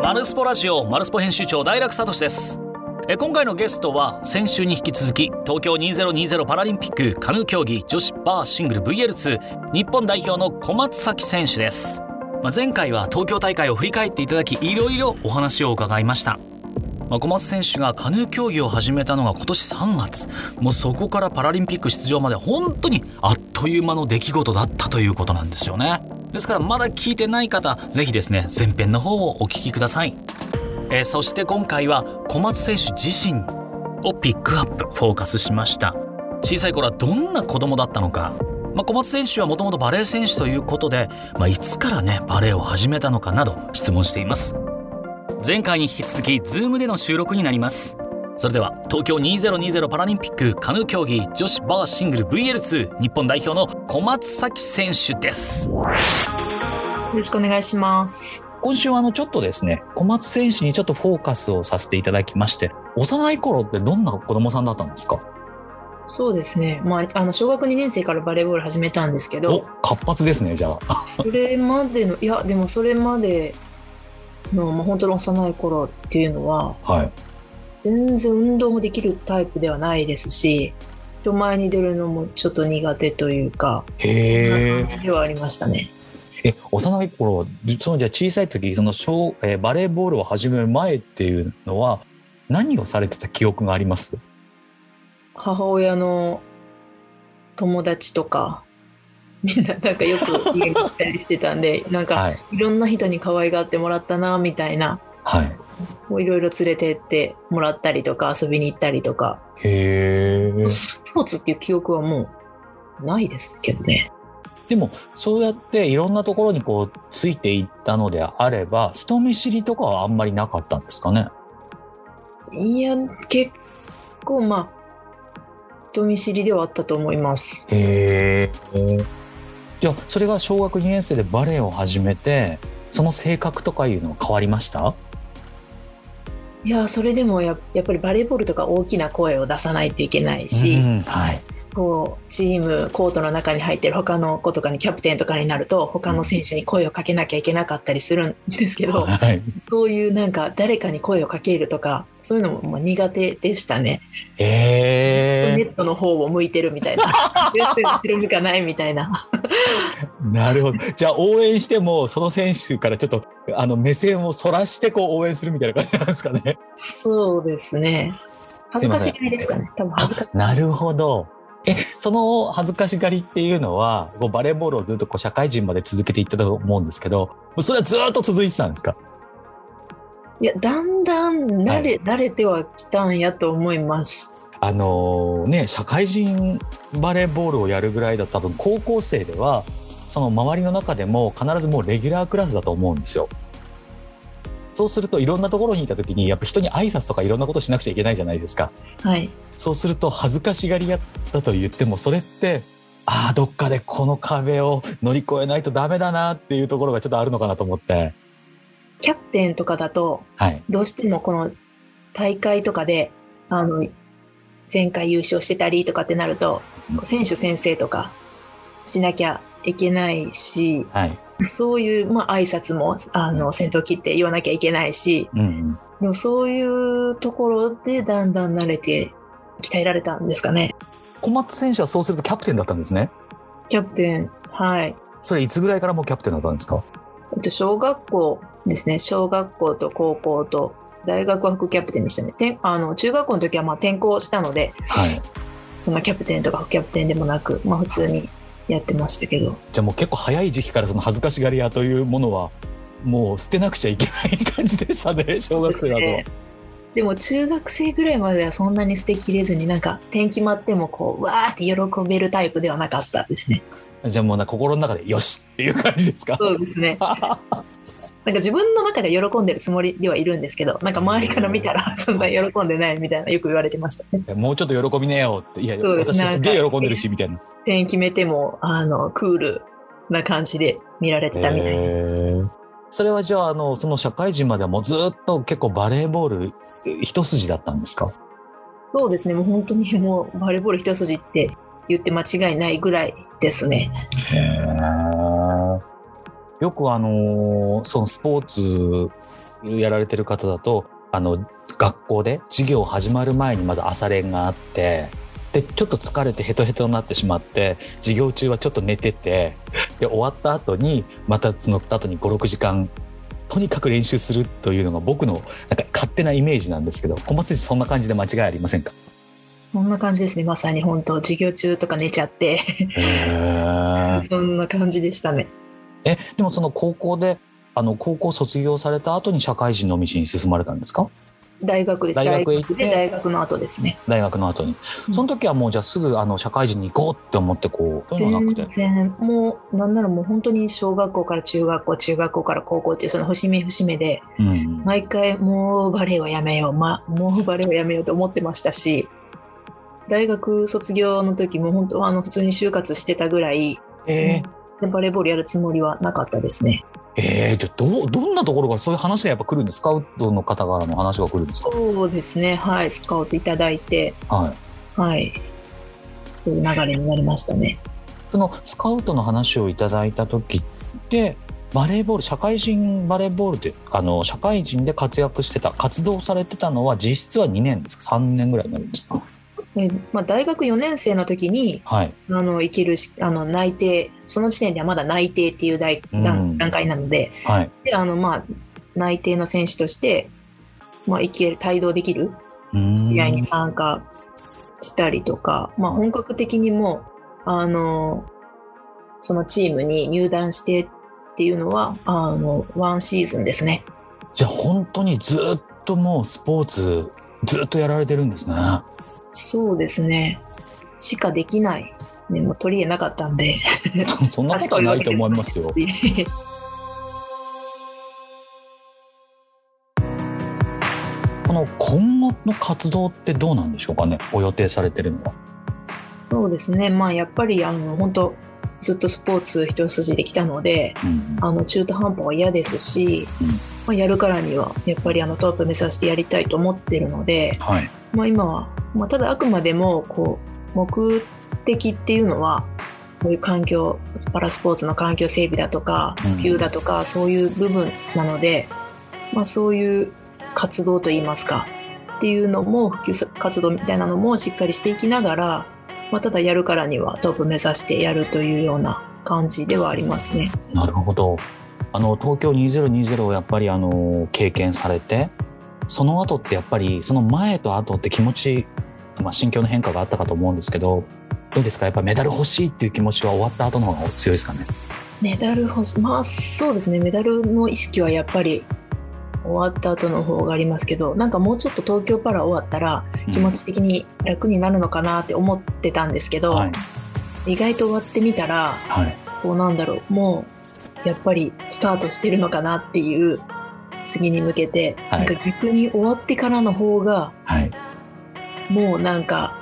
マルスポラジオ、マルスポ編集長大楽聡です。今回のゲストは先週に引き続き東京2020パラリンピックカヌー競技女子バーシングル VL2 日本代表の小松咲選手です。前回は東京大会を振り返っていただき、いろいろお話を伺いました。小松選手がカヌー競技を始めたのが今年3月、もうそこからパラリンピック出場まで本当にあっという間の出来事だったということなんですよね。ですからまだ聞いてない方、ぜひですね前編の方をお聞きください。そして今回は小松選手自身をピックアップ、フォーカスしました。小さい頃はどんな子供だったのか、小松選手はもともとバレー選手ということで、いつからねバレーを始めたのかなど質問しています。前回に引き続き Zoom での収録になります。それでは東京2020パラリンピックカヌー競技女子バーシングル VL2 日本代表の小松咲選手です。よろしくお願いします。 今週はちょっとですね、小松選手にちょっとフォーカスをさせていただきまして、幼い頃ってどんな子供さんだったんですか？ そうですね、小学2年生からバレーボール始めたんですけど。 活発ですね。じゃあそれまでのでもそれまでの、本当に幼い頃っていうのは、全然運動もできるタイプではないですし、人前に出るのもちょっと苦手というか、そんな感じではありましたね。 幼い頃、じゃあ小さい時、バレーボールを始める前っていうのは何をされてた記憶があります？ 母親の友達とかみんななんかよく家に来たりしてたんでいろんな人に可愛がってもらったなみたいな、もういろいろ連れてってもらったりとか遊びに行ったりとか。スポーツっていう記憶はもうないですけどね。 でもそうやっていろんなところについていったのであれば、人見知りとかはあんまりなかったんですかね？ いや、結構人見知りではあったと思います。 じゃあそれが小学2年生でバレエを始めて、その性格とかいうのは変わりました？ いや、それでもやっぱりバレーボールとか大きな声を出さないといけないし、チームコートの中に入ってる他の子とかにキャプテンとかになると他の選手に声をかけなきゃいけなかったりするんですけど、そういう誰かに声をかけるとかそういうのも苦手でしたね。ネットの方を向いてるみたいな後ろ向かないみたいななるほど。じゃあ応援してもその選手からちょっと目線をそらして応援するみたいな感じなんですかね？そうですね。恥ずかしがりですかね。多分恥ずかしい。 なるほど。その恥ずかしがりっていうのはバレーボールをずっと社会人まで続けていったと思うんですけど、それはずっと続いてたんですか？ いや、だんだん慣れてはきたんやと思います。 社会人バレーボールをやるぐらいだと多分高校生ではその周りの中でも必ずもうレギュラークラスだと思うんですよ。そうするといろんなところにいた時にやっぱ人に挨拶とかいろんなことしなくちゃいけないじゃないですか。そうすると恥ずかしがり屋だと言っても、それってどっかでこの壁を乗り越えないとダメだなっていうところがちょっとあるのかなと思って。 キャプテンとかだと、どうしてもこの大会とかで前回優勝してたりとかってなると、選手宣誓とかしなきゃいけないし、そういう挨拶も先頭切って言わなきゃいけないし、でもそういうところでだんだん慣れて鍛えられたんですかね。 小松選手はそうするとキャプテンだったんですね。 キャプテン、 それいつぐらいからもうキャプテンだったんですか？ 小学校ですね。小学校と高校と大学は副キャプテンでしたね。中学校の時は転校したので、そんなキャプテンとか副キャプテンでもなく、普通にやってましたけど。 じゃあもう結構早い時期からその恥ずかしがり屋というものはもう捨てなくちゃいけない感じでしたね、小学生だと。 でも中学生ぐらいまではそんなに捨てきれずに、点決まってもわーって喜べるタイプではなかったですね。 じゃあもう心の中でよしっていう感じですか？ そうですね。自分の中で喜んでるつもりではいるんですけど、周りから見たらそんな喜んでないみたいなよく言われてましたね。 もうちょっと喜びねよって。いや、私すげえ喜んでるしみたいな。 点決めてもクールな感じで見られてたみたいです。 それはじゃあその社会人まではもうずっと結構バレーボール一筋だったんですか？そうですね。 もう本当にもうバレーボール一筋って言って間違いないぐらいですね。 よくそのスポーツやられてる方だと学校で授業始まる前にまず朝練があって、でちょっと疲れてヘトヘトになってしまって、授業中はちょっと寝てて、で終わった後にまたその後に 5,6 時間とにかく練習するというのが僕のなんか勝手なイメージなんですけど、小松選手そんな感じで間違いありませんか？ そんな感じですね。まさに本当授業中とか寝ちゃってそんな感じでしたね。 でもその高校で高校卒業された後に社会人の道に進まれたんですか？ 大学です。 大学行って、 大学の後ですね。 大学の後に、その時はもうじゃあすぐ社会人に行こうって思ってこう、そういうのはなくて、 全然もうなんならもう本当に小学校から中学校、中学校から高校っていうその節目節目で、毎回もうバレエはやめよう、もうバレエはやめようと思ってましたし、大学卒業の時も本当普通に就活してたぐらい、バレーボールやるつもりはなかったですね。 じゃあどんなところからそういう話がやっぱ来るんですか？スカウトの方からの話が来るんですか？ そうですね、はい、スカウトいただいて、はい、そういう流れになりましたね。 そのスカウトの話をいただいた時ってバレーボール、社会人バレーボールで社会人で活躍してた、活動されてたのは実質は2年ですか？3年ぐらいになるんですか？ 大学4年生の時に、行ける内定、その時点ではまだ内定っていう段階なので、で内定の選手として、行ける、帯同できる試合に参加したりとか、本格的にもそのチームに入団してっていうのは1シーズンですね。 じゃあ本当にずっともうスポーツずっとやられてるんですね。 そうですね。しかできない、ね、もう取り柄なかったんでそんなことはないと思いますよこの今後の活動ってどうなんでしょうかね、お予定されてるのは。 そうですね、やっぱり本当ずっとスポーツ一筋できたので、中途半端は嫌ですし、やるからにはやっぱりトップ目指してやりたいと思ってるので、今は、ただあくまでもこう目的っていうのはこういう環境、パラスポーツの環境整備だとか普及だとか、そういう部分なので、そういう活動といいますかっていうのも、普及活動みたいなのもしっかりしていきながら、ただやるからにはトップ目指してやるというような感じではありますね。 なるほど。東京2020をやっぱり経験されて、その後ってやっぱりその前と後って気持ち、心境の変化があったかと思うんですけど、どうですか？やっぱメダル欲しいっていう気持ちは終わった後の方が強いですかね？ メダル欲しい、そうですね、メダルの意識はやっぱり終わった後の方がありますけど、なんかもうちょっと東京パラ終わったら気持ち的に楽になるのかなって思ってたんですけど、意外と終わってみたら、こうなんだろう、もうやっぱりスタートしてるのかなっていう、次に向けて、なんか逆に終わってからの方が、もうなんか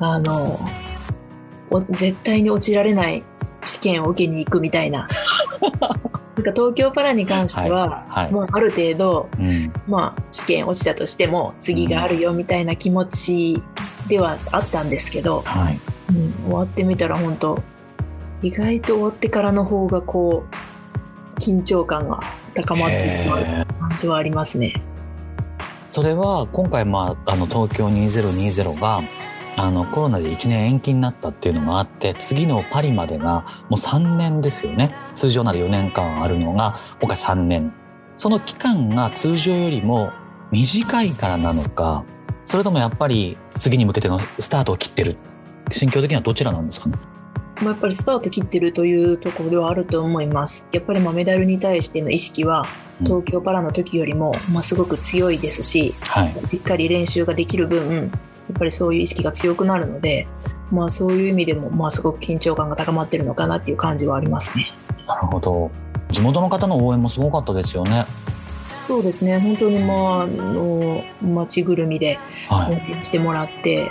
絶対に落ちられない試験を受けに行くみたいななんか東京パラに関しては、もうある程度、試験落ちたとしても次があるよみたいな気持ちではあったんですけど、終わってみたら本当意外と終わってからの方がこう緊張感が高まっていく感じはありますね。 それは今回、東京2020がコロナで1年延期になったっていうのがあって、次のパリまでがもう3年ですよね。通常なら4年間あるのが今回3年。その期間が通常よりも短いからなのか、それともやっぱり次に向けてのスタートを切ってる、心境的にはどちらなんですかね？ やっぱりスタート切ってるというところではあると思います。やっぱりメダルに対しての意識は東京パラの時よりもすごく強いですし、しっかり練習ができる分、やっぱりそういう意識が強くなるので、そういう意味でもすごく緊張感が高まってるのかなっていう感じはありますね。 なるほど。地元の方の応援もすごかったですよね。 そうですね、本当に街ぐるみで応援してもらって、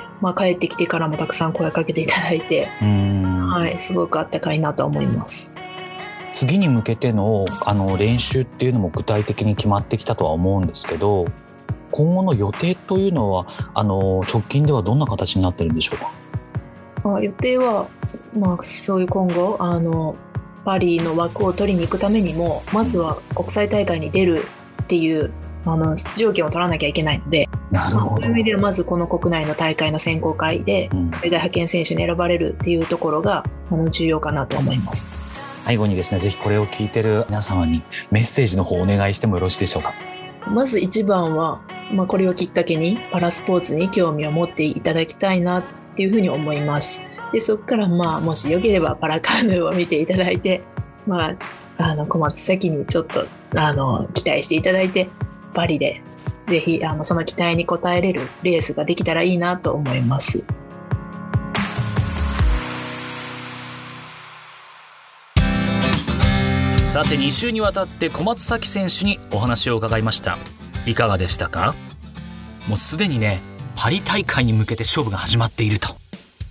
帰ってきてからもたくさん声かけていただいて、すごくあったかいなと思います。 次に向けての練習っていうのも具体的に決まってきたとは思うんですけど、今後の予定というのは直近ではどんな形になってるんでしょうか？ 予定は、そういう今後パリの枠を取りに行くためにも、まずは国際大会に出るっていう出場権を取らなきゃいけないので、 なるほど。 そういう意味ではまずこの国内の大会の選考会で海外派遣選手に選ばれるっていうところが重要かなと思います。 最後にですね、ぜひこれを聞いてる皆様にメッセージの方お願いしてもよろしいでしょうか。 まず一番は、これをきっかけにパラスポーツに興味を持っていただきたいなっていうふうに思います。でそこからもしよければパラカヌーを見ていただいて、小松崎にちょっと期待していただいて、パリでぜひその期待に応えれるレースができたらいいなと思います。 さて2週にわたって小松崎選手にお話を伺いました。いかがでしたか？もうすでにね、パリ大会に向けて勝負が始まっていると。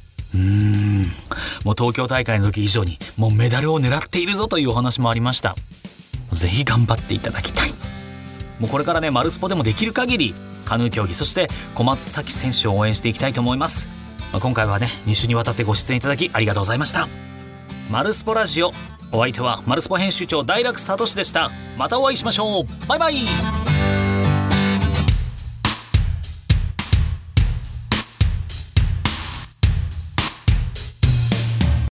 もう東京大会の時以上にもうメダルを狙っているぞというお話もありました。ぜひ頑張っていただきたい。もうこれからね、マルスポでもできる限りカヌー競技、そして小松崎選手を応援していきたいと思います。今回はね、2週にわたってご出演いただきありがとうございました。マルスポラジオ、お相手はマルスポ編集長大楽聡でした。またお会いしましょう。バイバイ。